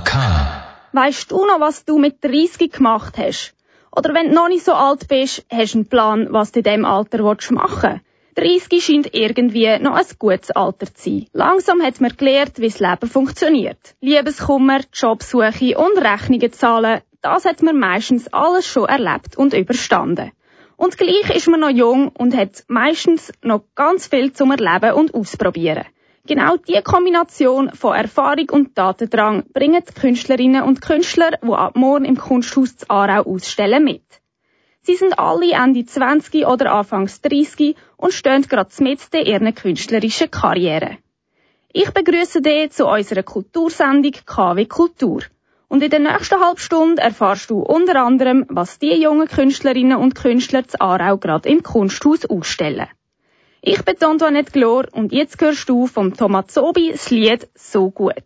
K. Weisst du noch, was du mit 30 gemacht hast? Oder wenn du noch nicht so alt bist, hast du einen Plan, was du in diesem Alter machen willst? 30 scheint irgendwie noch ein gutes Alter zu sein. Langsam hat man gelernt, wie das Leben funktioniert. Liebeskummer, Jobsuche und Rechnungen zahlen, das hat man meistens alles schon erlebt und überstanden. Und gleich ist man noch jung und hat meistens noch ganz viel zum Erleben und Ausprobieren. Genau diese Kombination von Erfahrung und Tatendrang bringen die Künstlerinnen und Künstler, die ab morgen im Kunsthaus zu Aarau ausstellen, mit. Sie sind alle Ende 20 oder Anfangs 30 und stehen gerade mitten in ihren künstlerischen Karriere. Ich begrüße dich zu unserer Kultursendung KW Kultur. Und in der nächsten halben Stunde erfährst du unter anderem, was die jungen Künstlerinnen und Künstler zu Aarau gerade im Kunsthaus ausstellen. Ich bin Antoinette Glor und jetzt hörst du vom Tomazzobi das Lied «So gut».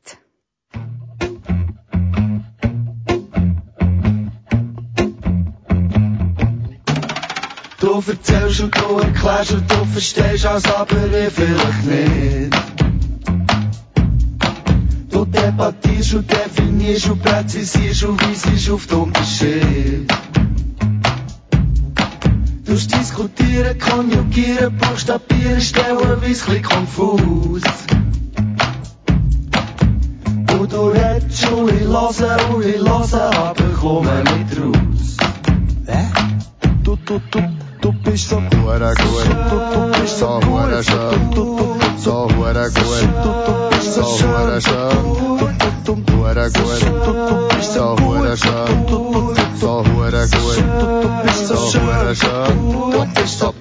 Du erzählst und du erklärst und du verstehst alles, aber ich vielleicht nicht. Du debattierst und definierst und präzisierst und weisst auf den Unterschied. Du diskutieren, konjugieren, buchstabieren, stellen weisslich konfus. Und du redest und ich höre, aber komme nicht raus. Du bist so hure gut, du bist so hure schön, so hure gut, du bist so hure schön, hure gut, du bist so hure schön, so hure gut, du bist so hure schön, du bist so.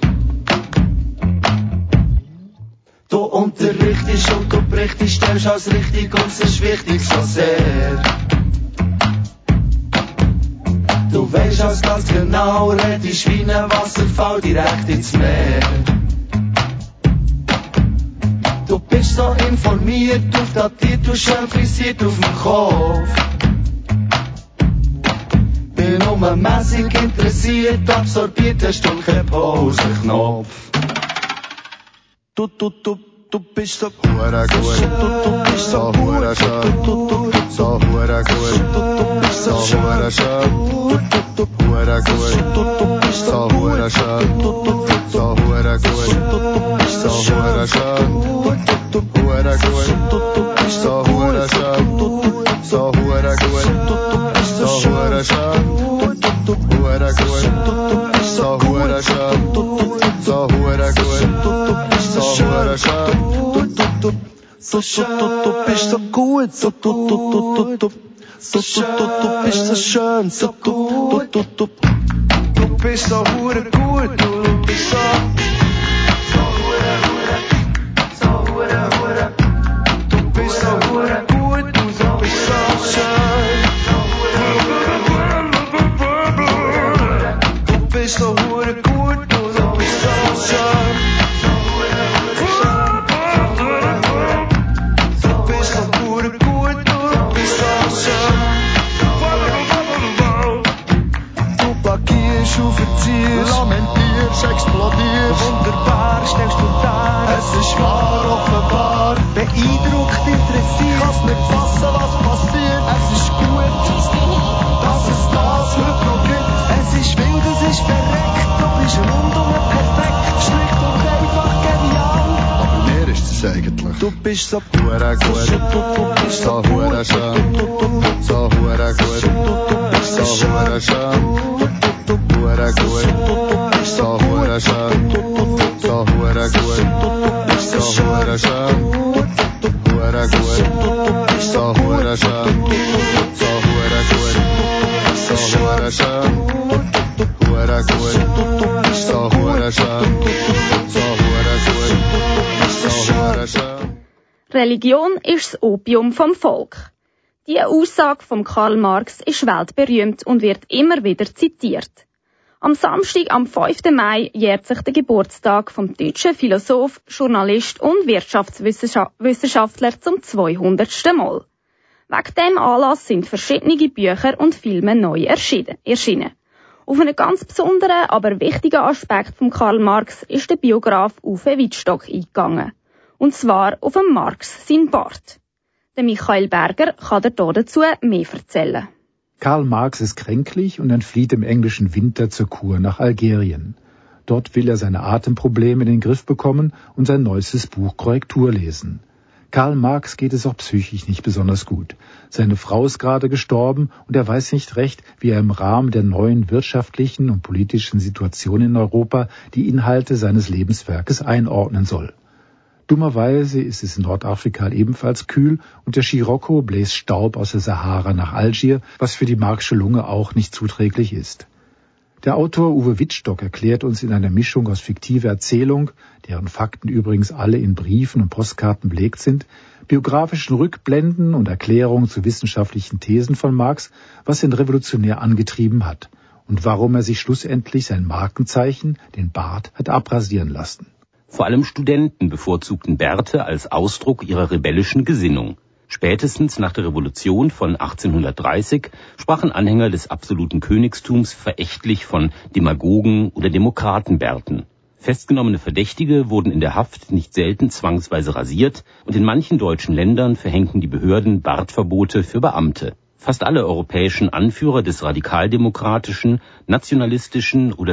Du unterrichtest und du berichtest, stellst alles richtig und es ist wichtig so sehr. Du weisst alles ganz genau, redest wie ein Wasserfall direkt ins Meer. Du bist so informiert, aufdatiert und schön frisiert auf dem Kopf. Bin mässig interessiert, absorbiert, hast du keinen Pauseknopf. Du bist so hure gut, du bist so hure schön, so hure gut, du bist so hure schön, hure gut, du bist so hure schön, so hure gut, du bist so hure schön, hure gut, du bist so hure schön, so hure gut, du bist so hure schön, hure gut, du bist so hure schön, so hure gut, du bist so hure schön. Du bist so gut, du bist so schön, du bist so hure gut, du bist so hure, du bist so hure gut, du bist so schön, du bist so hure gut, du bist so schön. Du verziehst, lamentierst, explodierst, wunderbar stellst du dar, es ist wahr, offenbar, beeindruckt, interessiert, kannst nicht fassen, was passiert, es ist gut, dass es das heute noch gibt, es ist wild, es ist verreckt, du bist rundum perfekt, schlicht und einfach genial, aber mir ist es eigentlich, du bist so hure gut, du bist so hure schön, so hure gut, du bist so hure schön, hure gut, du bist so hure schön, so hure gut, du bist so hure schön, hure gut, du bist so hure schön, so hure gut, du bist so hure schön, hure gut, du bist so hure schön, so hure gut, du bist so hure schön. Religion ist das Opium vom Volk. Diese Aussage von Karl Marx ist weltberühmt und wird immer wieder zitiert. Am Samstag, am 5. Mai, jährt sich der Geburtstag vom deutschen Philosoph, Journalist und Wirtschaftswissenschaftler zum 200. Mal. Wegen diesem Anlass sind verschiedene Bücher und Filme neu erschienen. Auf einen ganz besonderen, aber wichtigen Aspekt von Karl Marx ist der Biograf Uwe Wittstock eingegangen. Und zwar auf Marx, sein Bart. Der Michael Berger kann dir dazu mehr erzählen. Karl Marx ist kränklich und entflieht im englischen Winter zur Kur nach Algerien. Dort will er seine Atemprobleme in den Griff bekommen und sein neuestes Buch Korrektur lesen. Karl Marx geht es auch psychisch nicht besonders gut. Seine Frau ist gerade gestorben und er weiß nicht recht, wie er im Rahmen der neuen wirtschaftlichen und politischen Situation in Europa die Inhalte seines Lebenswerkes einordnen soll. Dummerweise ist es in Nordafrika ebenfalls kühl und der Scirocco bläst Staub aus der Sahara nach Algier, was für die Marxsche Lunge auch nicht zuträglich ist. Der Autor Uwe Wittstock erklärt uns in einer Mischung aus fiktiver Erzählung, deren Fakten übrigens alle in Briefen und Postkarten belegt sind, biografischen Rückblenden und Erklärungen zu wissenschaftlichen Thesen von Marx, was ihn revolutionär angetrieben hat und warum er sich schlussendlich sein Markenzeichen, den Bart, hat abrasieren lassen. Vor allem Studenten bevorzugten Bärte als Ausdruck ihrer rebellischen Gesinnung. Spätestens nach der Revolution von 1830 sprachen Anhänger des absoluten Königstums verächtlich von Demagogen oder Demokratenbärten. Festgenommene Verdächtige wurden in der Haft nicht selten zwangsweise rasiert und in manchen deutschen Ländern verhängten die Behörden Bartverbote für Beamte. Fast alle europäischen Anführer des radikaldemokratischen, nationalistischen oder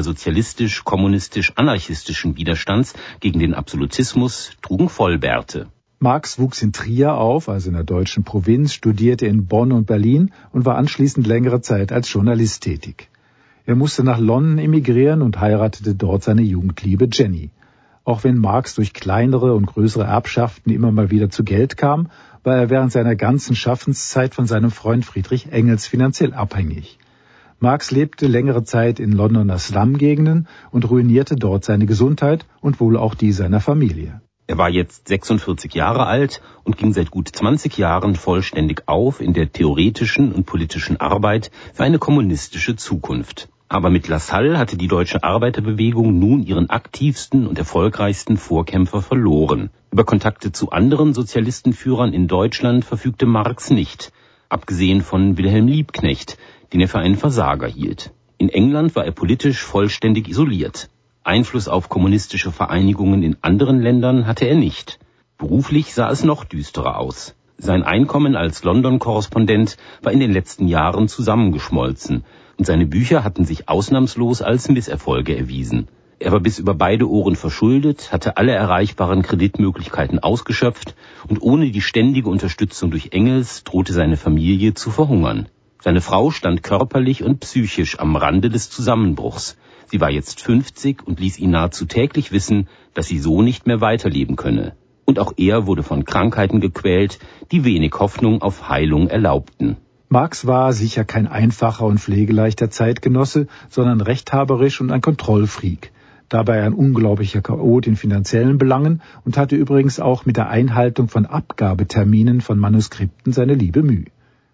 sozialistisch-kommunistisch-anarchistischen Widerstands gegen den Absolutismus trugen Vollbärte. Marx wuchs in Trier auf, also in der deutschen Provinz, studierte in Bonn und Berlin und war anschließend längere Zeit als Journalist tätig. Er musste nach London emigrieren und heiratete dort seine Jugendliebe Jenny. Auch wenn Marx durch kleinere und größere Erbschaften immer mal wieder zu Geld kam, war er während seiner ganzen Schaffenszeit von seinem Freund Friedrich Engels finanziell abhängig. Marx lebte längere Zeit in Londoner Slum-Gegenden und ruinierte dort seine Gesundheit und wohl auch die seiner Familie. Er war jetzt 46 Jahre alt und ging seit gut 20 Jahren vollständig auf in der theoretischen und politischen Arbeit für eine kommunistische Zukunft. Aber mit Lassalle hatte die deutsche Arbeiterbewegung nun ihren aktivsten und erfolgreichsten Vorkämpfer verloren. Über Kontakte zu anderen Sozialistenführern in Deutschland verfügte Marx nicht, abgesehen von Wilhelm Liebknecht, den er für einen Versager hielt. In England war er politisch vollständig isoliert. Einfluss auf kommunistische Vereinigungen in anderen Ländern hatte er nicht. Beruflich sah es noch düsterer aus. Sein Einkommen als London-Korrespondent war in den letzten Jahren zusammengeschmolzen und seine Bücher hatten sich ausnahmslos als Misserfolge erwiesen. Er war bis über beide Ohren verschuldet, hatte alle erreichbaren Kreditmöglichkeiten ausgeschöpft und ohne die ständige Unterstützung durch Engels drohte seine Familie zu verhungern. Seine Frau stand körperlich und psychisch am Rande des Zusammenbruchs. Sie war jetzt 50 und ließ ihn nahezu täglich wissen, dass sie so nicht mehr weiterleben könne. Und auch er wurde von Krankheiten gequält, die wenig Hoffnung auf Heilung erlaubten. Marx war sicher kein einfacher und pflegeleichter Zeitgenosse, sondern rechthaberisch und ein Kontrollfreak. Dabei ein unglaublicher Chaot in finanziellen Belangen und hatte übrigens auch mit der Einhaltung von Abgabeterminen von Manuskripten seine liebe Mühe.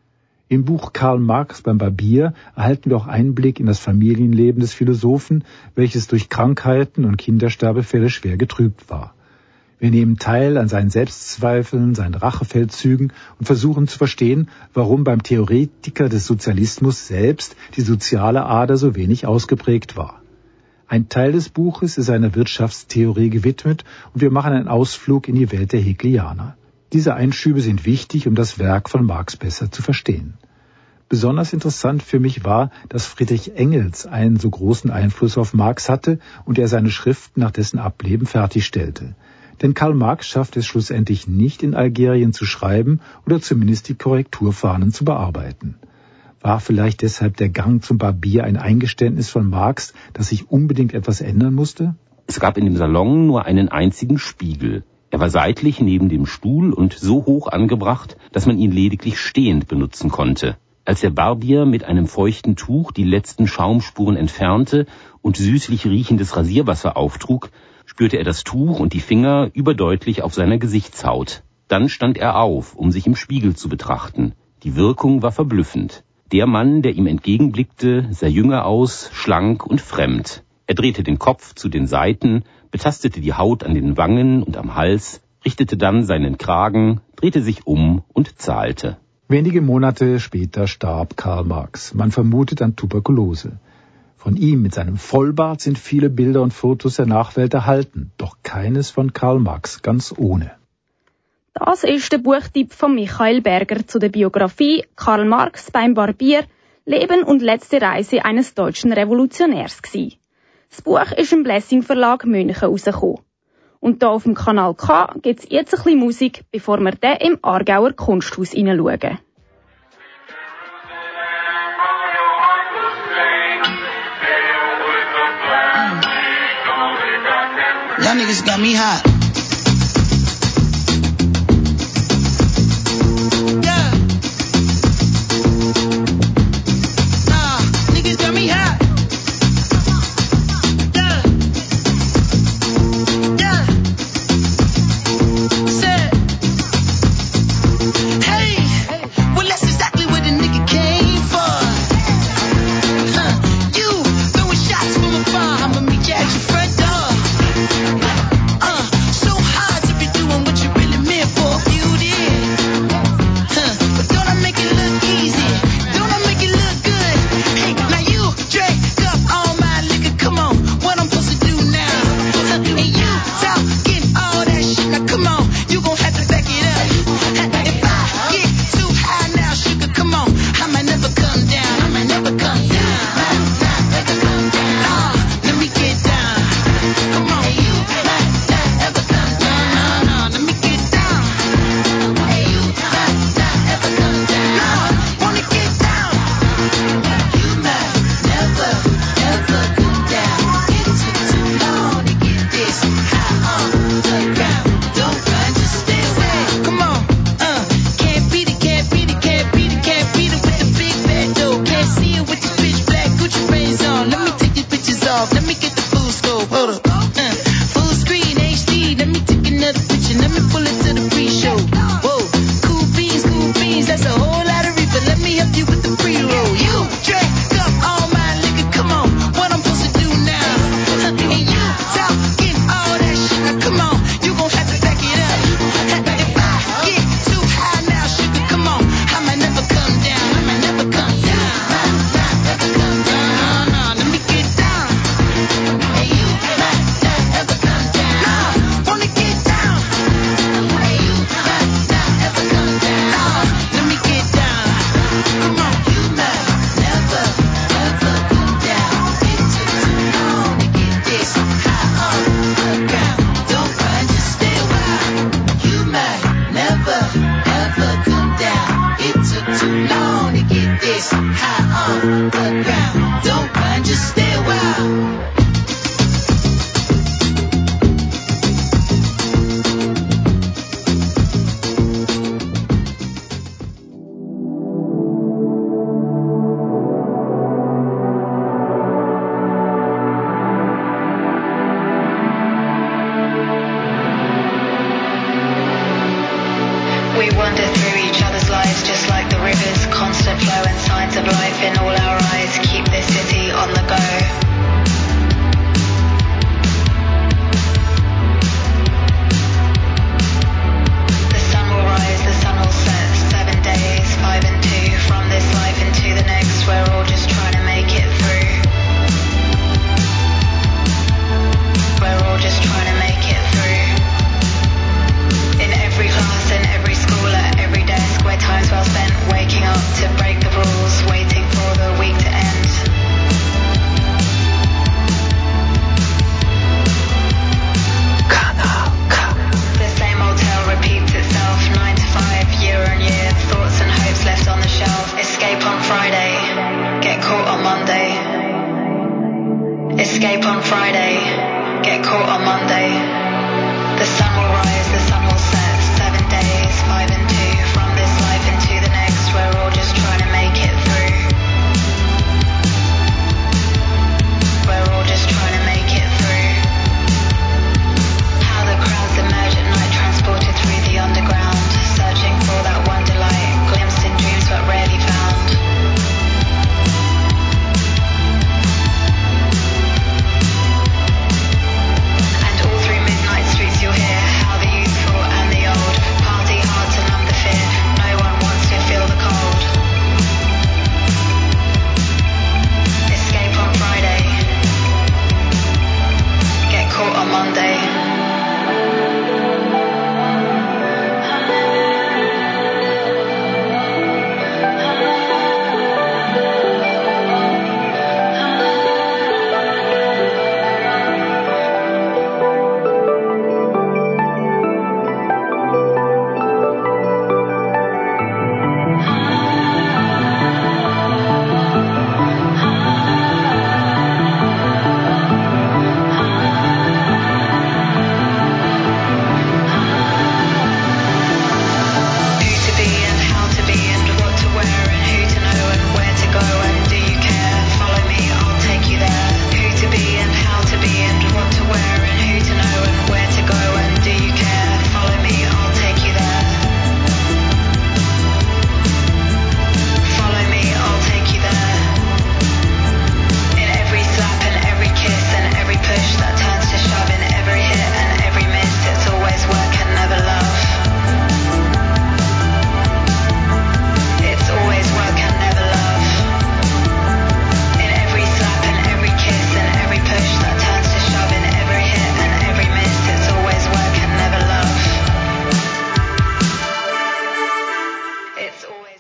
Im Buch Karl Marx beim Barbier erhalten wir auch Einblick in das Familienleben des Philosophen, welches durch Krankheiten und Kindersterbefälle schwer getrübt war. Wir nehmen teil an seinen Selbstzweifeln, seinen Rachefeldzügen und versuchen zu verstehen, warum beim Theoretiker des Sozialismus selbst die soziale Ader so wenig ausgeprägt war. Ein Teil des Buches ist einer Wirtschaftstheorie gewidmet und wir machen einen Ausflug in die Welt der Hegelianer. Diese Einschübe sind wichtig, um das Werk von Marx besser zu verstehen. Besonders interessant für mich war, dass Friedrich Engels einen so großen Einfluss auf Marx hatte und er seine Schriften nach dessen Ableben fertigstellte. Denn Karl Marx schaffte es schlussendlich nicht, in Algerien zu schreiben oder zumindest die Korrekturfahnen zu bearbeiten. War vielleicht deshalb der Gang zum Barbier ein Eingeständnis von Marx, dass sich unbedingt etwas ändern musste? Es gab in dem Salon nur einen einzigen Spiegel. Er war seitlich neben dem Stuhl und so hoch angebracht, dass man ihn lediglich stehend benutzen konnte. Als der Barbier mit einem feuchten Tuch die letzten Schaumspuren entfernte und süßlich riechendes Rasierwasser auftrug, spürte er das Tuch und die Finger überdeutlich auf seiner Gesichtshaut. Dann stand er auf, um sich im Spiegel zu betrachten. Die Wirkung war verblüffend. Der Mann, der ihm entgegenblickte, sah jünger aus, schlank und fremd. Er drehte den Kopf zu den Seiten, betastete die Haut an den Wangen und am Hals, richtete dann seinen Kragen, drehte sich um und zahlte. Wenige Monate später starb Karl Marx. Man vermutet an Tuberkulose. Von ihm mit seinem Vollbart sind viele Bilder und Fotos der Nachwelt erhalten, doch keines von Karl Marx ganz ohne. Das ist der Buchtipp von Michael Berger zu der Biografie Karl Marx beim Barbier, Leben und letzte Reise eines deutschen Revolutionärs gsi. Das Buch ist im Blessing Verlag München rausgekommen. Und hier auf dem Kanal K gibt's jetzt ein bisschen Musik, bevor wir dann im Aargauer Kunsthaus hineinschauen. Y'all niggas got me hot. Yeah. Nah, niggas got me hot. Yeah. Yeah. Said. Hey. Well, that's exactly what the nigga came for. You throwing shots from afar. I'ma meet you at your front door. So hard to be doing what you really meant for, beauty. But don't I make it look easy? Don't I make it look good? Hey, now you drank up all my liquor. Come on, what I'm supposed to do now? And you talking all that shit. Now come on, you gon' have to back it up. If I get too high now, sugar, come on, I might never come down. I might never come down. Let me get down. Come on, you might never come down. No, let me get down. Hey, you might never come down. No, wanna get down. You might never come down. It took too long to get this high on the ground. Don't run, just stay away. Come on, can't beat it, can't beat it, can't beat it, can't beat it with the big bad dough. Can't see it with the pitch black Gucci brains on. Let me take these bitches off. Let me get the full scope. Hold up. Full screen HD. Let me take another picture. Let me pull it to the pre-show. Whoa, cool beans. That's a whole lot of reaper. Let me help you with the pre-roll. You drank up all my liquor. Come on, what I'm supposed to do now? And you talking all that shit. Now come on, you gon' have to back it up. If I get too high now, sugar, come on, I might never come down. I might never come down. Never come down. No, let me get down. Hey, you might never come down. Wanna get down. Hey, you might never come down. Let me get down. Come on, you might never come down. It took too long to get this high on the ground. Don't run, just stay a while. You might never come down. It took too long to get this high on the ground. Don't run, just stay a while. We wander through each other's lives just like the rivers, constant flow and signs of life in all our eyes. Keep this city on the go. The sun will rise, the sun will set. 7 days, 5 and 2. From this life into the next, we're all just trying to make it through. We're all just trying to make it through. In every class, in every school, at every desk, where time's well spent waking up to break the rules, waiting for the week to end.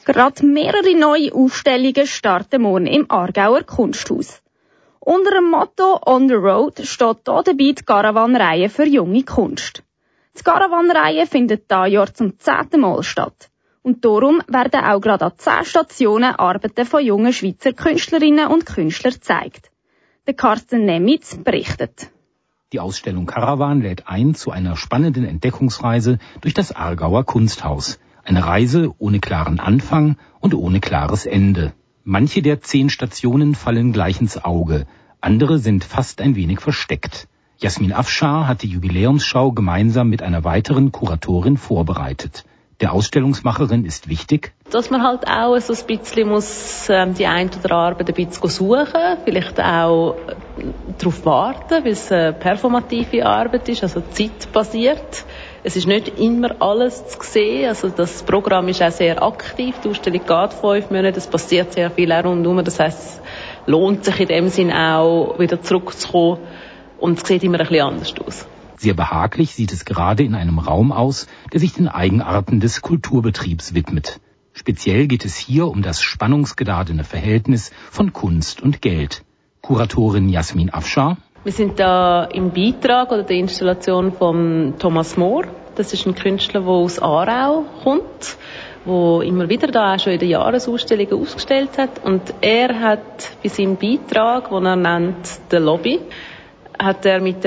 Gerade mehrere neue Ausstellungen starten morgen im Aargauer Kunsthaus. Unter dem Motto «On the Road» steht hier dabei die Caravan-Reihe für junge Kunst. Die Caravan-Reihe findet dieses Jahr zum 10. Mal statt. Und darum werden auch gerade an 10 Stationen Arbeiten von jungen Schweizer Künstlerinnen und Künstlern gezeigt. Der Carsten Nemitz berichtet. Die Ausstellung Caravan lädt ein zu einer spannenden Entdeckungsreise durch das Aargauer Kunsthaus. Eine Reise ohne klaren Anfang und ohne klares Ende. Manche der 10 Stationen fallen gleich ins Auge, andere sind fast ein wenig versteckt. Jasmin Afshar hat die Jubiläumsschau gemeinsam mit einer weiteren Kuratorin vorbereitet. Der Ausstellungsmacherin ist wichtig, dass man halt auch so ein bisschen muss die ein oder Arbeit ein bisschen suchen, vielleicht auch darauf warten, weil es eine performative Arbeit ist, also zeitbasiert. Es ist nicht immer alles zu sehen, also das Programm ist auch sehr aktiv, die Ausstellung geht 5 Monate, es passiert sehr viel auch rundherum, das heisst, es lohnt sich in dem Sinn auch, wieder zurückzukommen und es sieht immer ein bisschen anders aus. Sehr behaglich sieht es gerade in einem Raum aus, der sich den Eigenarten des Kulturbetriebs widmet. Speziell geht es hier um das spannungsgeladene Verhältnis von Kunst und Geld. Kuratorin Jasmin Afshar. Wir sind da im Beitrag oder der Installation von Thomas Mohr. Das ist ein Künstler, der aus Aarau kommt, der immer wieder da auch schon in den Jahresausstellungen ausgestellt hat. Und er hat bei seinem Beitrag, den er nennt «The Lobby», hat er mit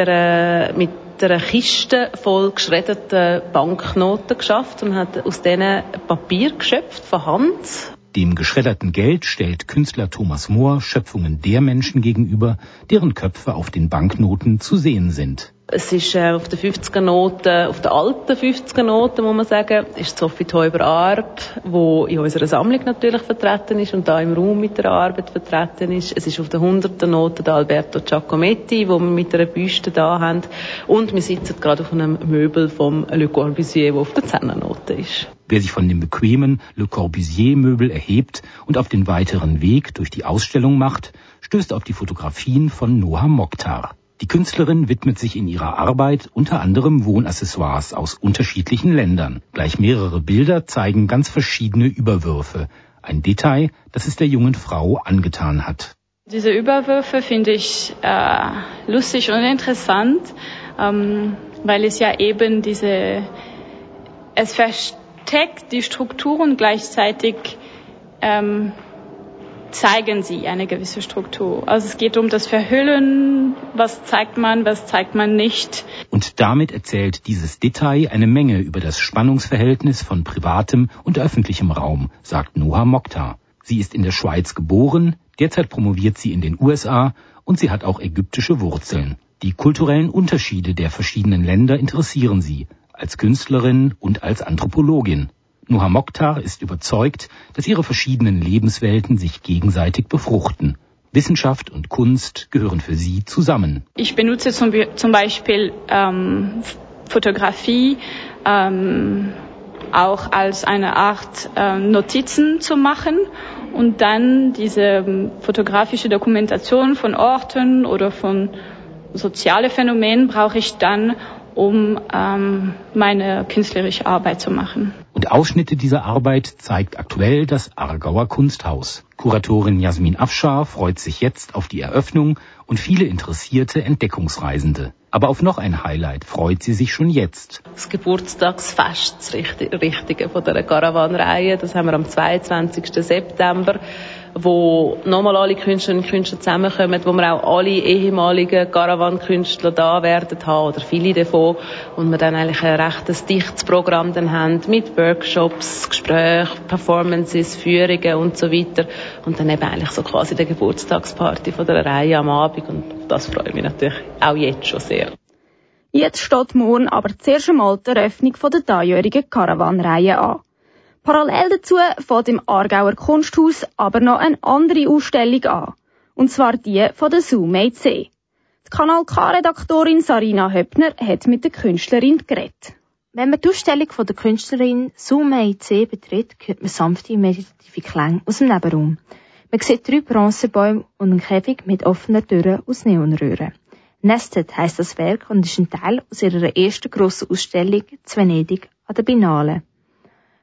einer Kiste voll geschredderten Banknoten geschafft und hat aus denen Papier geschöpft von Hand. Dem geschredderten Geld stellt Künstler Thomas Mohr Schöpfungen der Menschen gegenüber, deren Köpfe auf den Banknoten zu sehen sind. Es ist auf den 50er-Noten, auf den alten 50er-Noten, muss man sagen, ist Sophie Teuber-Arp, die in unserer Sammlung natürlich vertreten ist und da im Raum mit der Arbeit vertreten ist. Es ist auf den 100er-Noten der Alberto Giacometti, wo wir mit einer Büste da haben. Und wir sitzen gerade auf einem Möbel vom Le Corbusier, der auf der 10er-Note ist. Wer sich von dem bequemen Le Corbusier-Möbel erhebt und auf den weiteren Weg durch die Ausstellung macht, stößt auf die Fotografien von Noha Mokhtar. Die Künstlerin widmet sich in ihrer Arbeit unter anderem Wohnaccessoires aus unterschiedlichen Ländern. Gleich mehrere Bilder zeigen ganz verschiedene Überwürfe. Ein Detail, das es der jungen Frau angetan hat. Diese Überwürfe finde ich lustig und interessant, weil es ja eben es versteckt die Strukturen gleichzeitig zeigen sie eine gewisse Struktur. Also es geht um das Verhüllen, was zeigt man nicht. Und damit erzählt dieses Detail eine Menge über das Spannungsverhältnis von privatem und öffentlichem Raum, sagt Noha Mokhtar. Sie ist in der Schweiz geboren, derzeit promoviert sie in den USA und sie hat auch ägyptische Wurzeln. Die kulturellen Unterschiede der verschiedenen Länder interessieren sie, als Künstlerin und als Anthropologin. Noha Mokhtar ist überzeugt, dass ihre verschiedenen Lebenswelten sich gegenseitig befruchten. Wissenschaft und Kunst gehören für sie zusammen. Ich benutze zum Beispiel Fotografie auch als eine Art Notizen zu machen und dann diese fotografische Dokumentation von Orten oder von sozialen Phänomenen brauche ich dann, um meine künstlerische Arbeit zu machen. Und Ausschnitte dieser Arbeit zeigt aktuell das Aargauer Kunsthaus. Kuratorin Jasmin Afshar freut sich jetzt auf die Eröffnung und viele interessierte Entdeckungsreisende. Aber auf noch ein Highlight freut sie sich schon jetzt. Das Geburtstagsfest, das Richtige von der Caravan-Reihe, das haben wir am 22. September, wo nochmal alle Künstlerinnen und Künstler zusammenkommen, wo wir auch alle ehemaligen Caravan-Künstler da werden haben, oder viele davon, und wir dann eigentlich ein recht dichtes Programm dann haben, mit Workshops, Gesprächen, Performances, Führungen und so weiter, und dann eben eigentlich so quasi der Geburtstagsparty von der Reihe am Abend, und das freut mich natürlich auch jetzt schon sehr. Jetzt steht morgen aber zuerst einmal die Eröffnung der diesjährigen Caravan-Reihe an. Parallel dazu fängt im Aargauer Kunsthaus aber noch eine andere Ausstellung an. Und zwar die von der Soumei C. Die Kanal K-Redaktorin Sarina Höppner hat mit der Künstlerin geredet. Wenn man die Ausstellung von der Künstlerin Soumei C betritt, hört man sanfte meditative Klänge aus dem Nebenraum. Man sieht 3 Bronzebäume und einen Käfig mit offenen Türen aus Neonröhren. Nested heisst das Werk und ist ein Teil aus ihrer ersten grossen Ausstellung zu Venedig an der Biennale.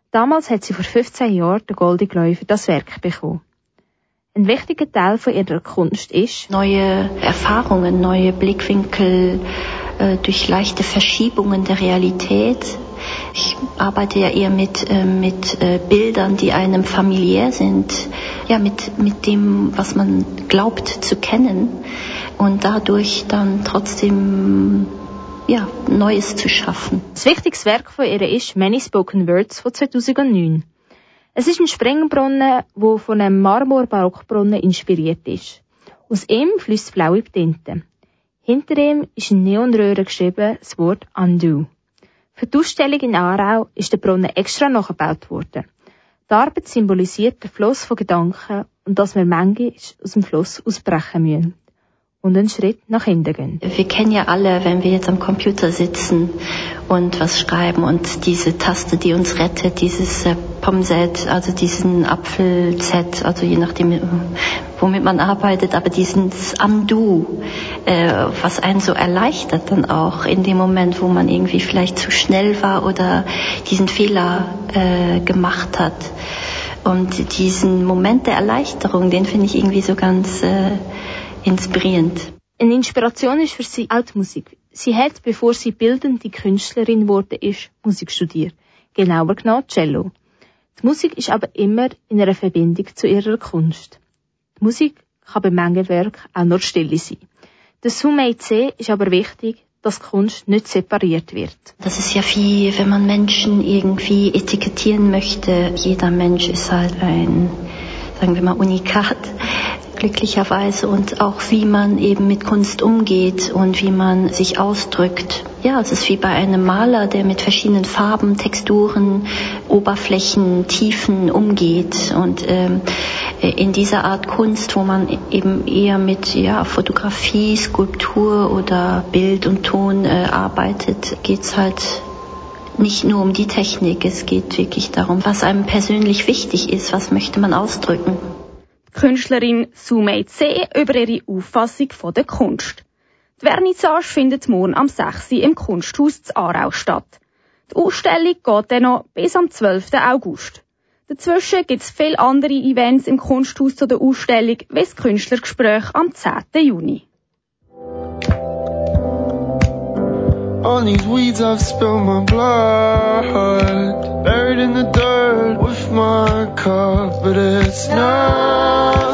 Damals hat sie vor 15 Jahren den Goldenen Gloire für das Werk bekommen. Ein wichtiger Teil von ihrer Kunst ist, neue Erfahrungen, neue Blickwinkel durch leichte Verschiebungen der Realität. Ich arbeite ja eher mit Bildern, die einem familiär sind, ja, mit dem, was man glaubt zu kennen und dadurch dann trotzdem ja, Neues zu schaffen. Das wichtigste Werk von ihr ist Many Spoken Words von 2009. Es ist ein Springbrunnen, der von einem Marmor-Barockbrunnen inspiriert ist. Aus ihm fließt blaue Tinte. Hinter ihm ist in Neonröhren geschrieben das Wort Undo. Für die Ausstellung in Aarau ist der Brunnen extra nachgebaut worden. Die Arbeit symbolisiert den Fluss von Gedanken und dass wir manchmal aus dem Fluss ausbrechen müssen und einen Schritt nach hinten gehen. Wir kennen ja alle, wenn wir jetzt am Computer sitzen und was schreiben und diese Taste, die uns rettet, dieses POM-Z, also diesen Apfel-Z, also je nachdem, womit man arbeitet, aber dieses Undo, was einen so erleichtert dann auch in dem Moment, wo man irgendwie vielleicht zu schnell war oder diesen Fehler gemacht hat. Und diesen Moment der Erleichterung, den finde ich irgendwie so ganz inspirierend. Eine Inspiration ist für sie auch die Musik. Sie hat, bevor sie bildende Künstlerin geworden ist, Musik studiert. Genauer genau Cello. Die Musik ist aber immer in einer Verbindung zu ihrer Kunst. Die Musik kann bei manchen Werken auch nur Stille sein. Der Sumei C ist aber wichtig, dass die Kunst nicht separiert wird. Das ist ja wie, wenn man Menschen irgendwie etikettieren möchte. Jeder Mensch ist halt ein, sagen wir mal, Unikat. Glücklicherweise und auch wie man eben mit Kunst umgeht und wie man sich ausdrückt. Ja, es ist wie bei einem Maler, der mit verschiedenen Farben, Texturen, Oberflächen, Tiefen umgeht und in dieser Art Kunst, wo man eben eher mit Fotografie, Skulptur oder Bild und Ton arbeitet, geht's halt nicht nur um die Technik, es geht wirklich darum, was einem persönlich wichtig ist, was möchte man ausdrücken. Künstlerin Sumei C. über ihre Auffassung von der Kunst. Die Vernissage findet morgen am 6. im Kunsthaus zu Aarau statt. Die Ausstellung geht dann noch bis am 12. August. Dazwischen gibt es viele andere Events im Kunsthaus zu der Ausstellung, wie das Künstlergespräch am 10. Juni. On these weeds I've spilled my blood, buried in the dirt with my cup, but it's nothing,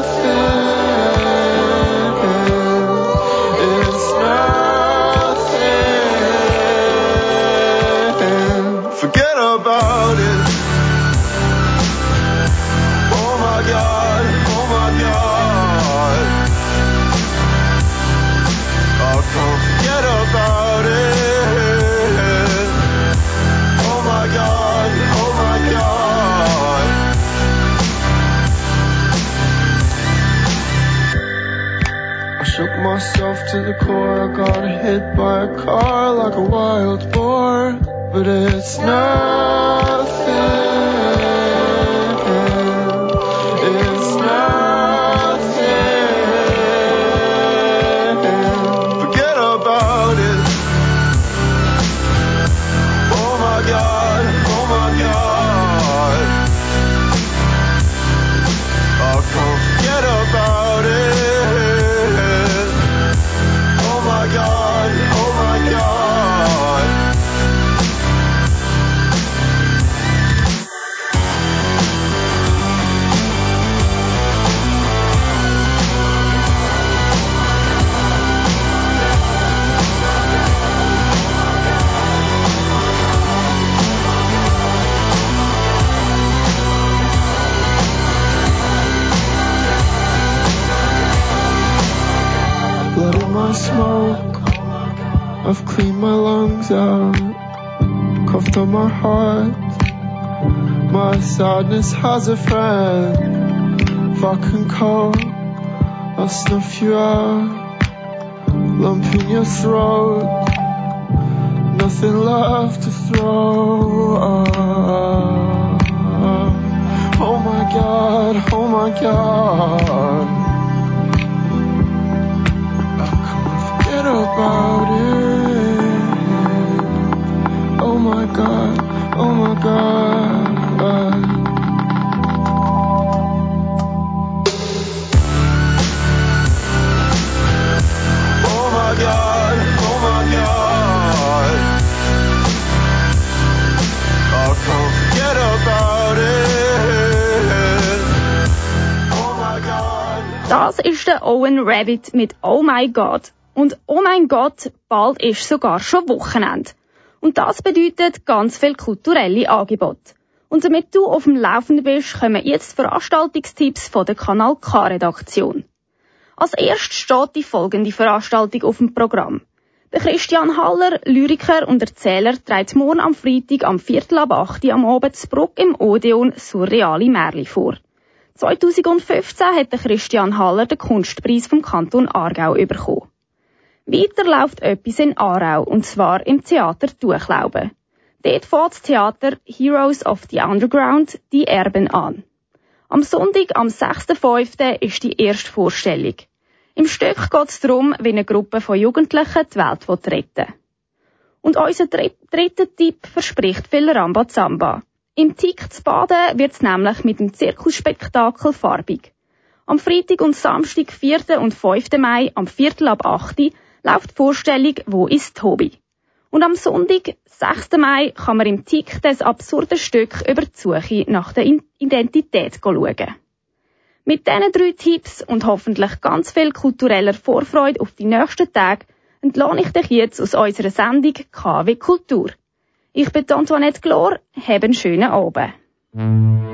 it's nothing, forget about it. Oh my God, oh my God, oh come forget about it. Shook myself to the core, I got hit by a car like a wild boar, but it's nothing, it's nothing, forget about it. Oh my God, oh my God, oh come forget about it. Blood in my smoke, I've cleaned my lungs out, coughed on my heart. My sadness has a friend, fucking cold. I'll snuff you out, lump in your throat, nothing left to throw. Oh my God, oh my God, about it. Oh my God, oh my God. Das ist der Owen Rabbit mit Oh My God. Und oh mein Gott, bald ist sogar schon Wochenende. Und das bedeutet ganz viel kulturelle Angebote. Und damit du auf dem Laufenden bist, kommen jetzt Veranstaltungstipps von der Kanal K-Redaktion. Als erstes steht die folgende Veranstaltung auf dem Programm. Der Christian Haller, Lyriker und Erzähler, trägt morgen am Freitag am 7:45 am Abend zu Bruck im Odeon surreale Märchen vor. 2015 hat der Christian Haller den Kunstpreis vom Kanton Aargau bekommen. Weiter läuft etwas in Aarau, und zwar im Theater Tuchlauben. Dort fährt das Theater Heroes of the Underground die Erben an. Am Sonntag, am 6.5. ist die erste Vorstellung. Im Stück geht es darum, wie eine Gruppe von Jugendlichen die Welt retten will. Und unser dritter Tipp verspricht viel Rambazamba. Im Tick zu Baden wird es nämlich mit dem Zirkusspektakel farbig. Am Freitag und Samstag, 4. und 5. Mai, am 7:45 läuft die Vorstellung «Wo ist Tobi?». Und am Sonntag, 6. Mai, kann man im Tick das absurde Stück über die Suche nach der Identität schauen. Mit diesen 3 Tipps und hoffentlich ganz viel kultureller Vorfreude auf die nächsten Tage entlohne ich dich jetzt aus unserer Sendung KW Kultur. Ich bin Antoinette Glor, hab einen schönen Abend.